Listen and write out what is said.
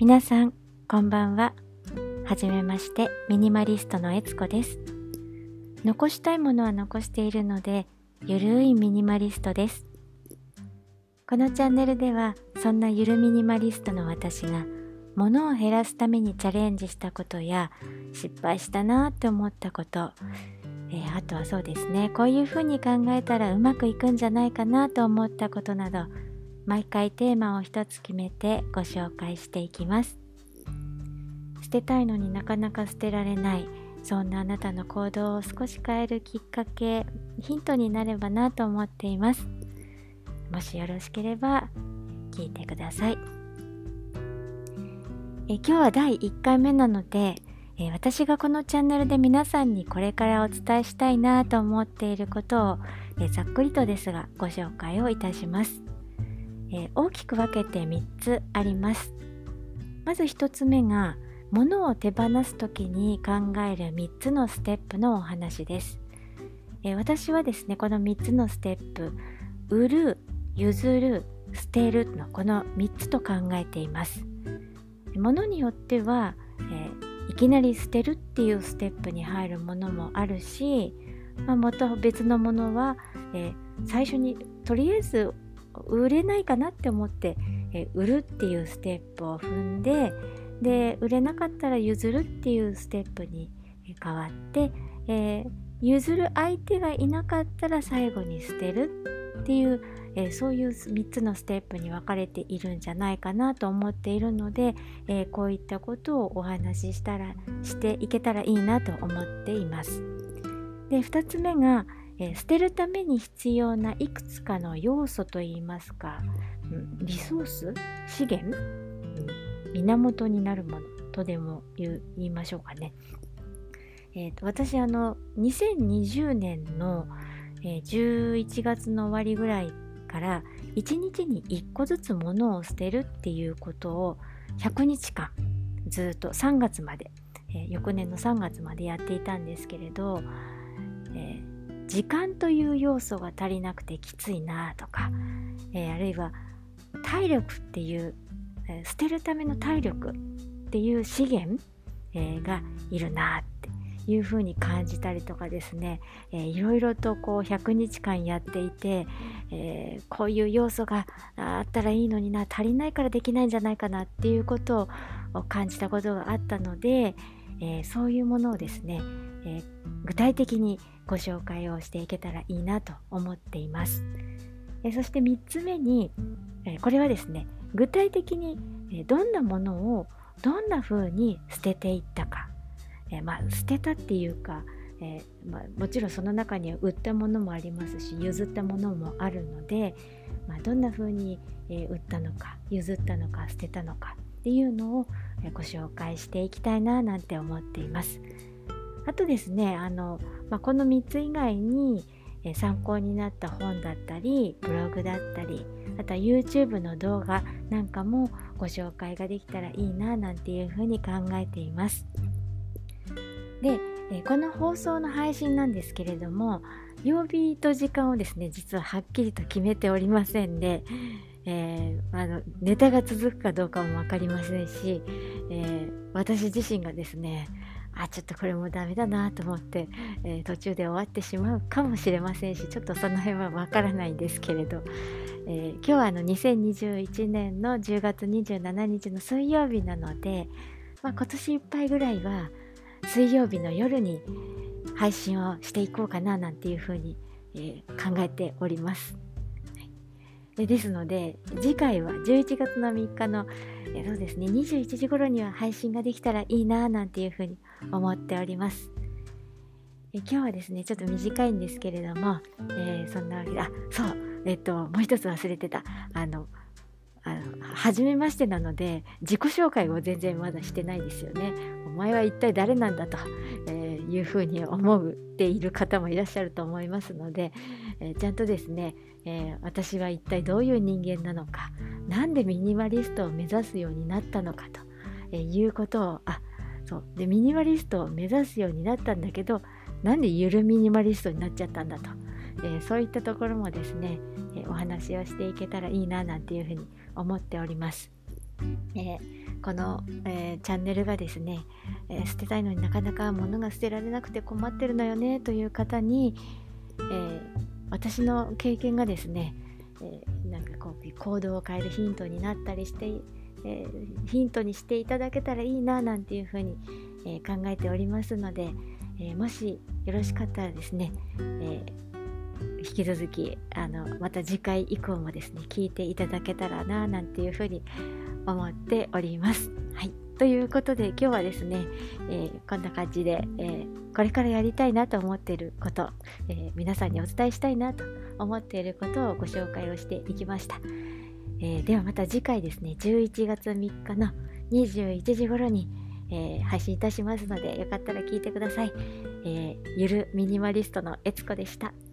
皆さんこんばんは。はじめまして、ミニマリストのえつこです。残したいものは残しているので、ゆるいミニマリストです。このチャンネルでは、そんなゆるミニマリストの私が物を減らすためにチャレンジしたことや失敗したなって思ったこと、あとはそうですね、こういうふうに考えたらうまくいくんじゃないかなと思ったことなど、毎回テーマを一つ決めてご紹介していきます。捨てたいのになかなか捨てられない、そんなあなたの行動を少し変えるきっかけ、ヒントになればなと思っています。もしよろしければ聞いてください。今日は第1回目なので、私がこのチャンネルで皆さんにこれからお伝えしたいなと思っていることを、ざっくりとですがご紹介をいたします。大きく分けて3つあります。まず1つ目が、物を手放すときに考える3つのステップのお話です。私はですね、この3つのステップ、売る、譲る、捨てるのこの3つと考えています。物によっては、いきなり捨てるっていうステップに入るものもあるし、また別のものは、最初にとりあえず売れないかなって思って、売るっていうステップを踏んで、売れなかったら譲るっていうステップに変わって、譲る相手がいなかったら最後に捨てるっていう、そういう3つのステップに分かれているんじゃないかなと思っているので、こういったことをお話ししていけたらいいなと思っています。で、2つ目が、捨てるために必要ないくつかの要素といいますか、リソース、資源、源になるものとでも言いましょうかね。私2020年の、11月の終わりぐらいから1日に1個ずつ物を捨てるっていうことを100日間ずっと3月まで、翌年の3月までやっていたんですけれど、時間という要素が足りなくてきついなとか、あるいは体力っていう、捨てるための体力っていう資源、がいるなっていうふうに感じたりとかですね、いろいろとこう100日間やっていて、こういう要素があったらいいのにな、足りないからできないんじゃないかなっていうことを感じたことがあったので、そういうものをですね、具体的にご紹介をしていけたらいいなと思っています。そして3つ目に、これはですね、具体的にどんなものをどんな風に捨てていったか、捨てたっていうか、もちろんその中には売ったものもありますし、譲ったものもあるので、どんな風に、売ったのか、譲ったのか、捨てたのかっていうのをご紹介していきたいななんて思っています。あとですね、この3つ以外に参考になった本だったり、ブログだったり、あとは YouTube の動画なんかもご紹介ができたらいいななんていうふうに考えています。で、この放送の配信なんですけれども、曜日と時間をですね、実ははっきりと決めておりませんで、ネタが続くかどうかも分かりませんし、私自身がですね、ちょっとこれもダメだなと思って、途中で終わってしまうかもしれませんし、ちょっとその辺はわからないんですけれど、今日は2021年の10月27日の水曜日なので、今年いっぱいぐらいは水曜日の夜に配信をしていこうかななんていうふうに、考えております。ですので次回は11月の3日のそうですね、21時頃には配信ができたらいいななんていうふうに思っております。今日はですね、ちょっと短いんですけれども、そんなわけで、もう一つ忘れてた。初めましてなので自己紹介を全然まだしてないですよね。お前は一体誰なんだと、いうふうに思っている方もいらっしゃると思いますので、ちゃんとですね、私は一体どういう人間なのか、なんでミニマリストを目指すようになったのかと、いうことをでミニマリストを目指すようになったんだけど、なんでゆるミニマリストになっちゃったんだと、そういったところもですね、お話をしていけたらいいななんていうふうに思っております。 この、チャンネルがですね、捨てたいのになかなか物が捨てられなくて困ってるのよねという方に、私の経験がですね、なんかこう行動を変えるヒントになったりして、ヒントにしていただけたらいいななんていうふうに、考えておりますので、もしよろしかったらですね、引き続きまた次回以降もですね聞いていただけたらななんていうふうに思っております。はい、ということで今日はですね、こんな感じで、これからやりたいなと思っていること、皆さんにお伝えしたいなと思っていることをご紹介をしていきました。ではまた次回ですね、11月3日の21時頃に、配信いたしますので、よかったら聞いてください。ゆるミニマリストのえつこでした。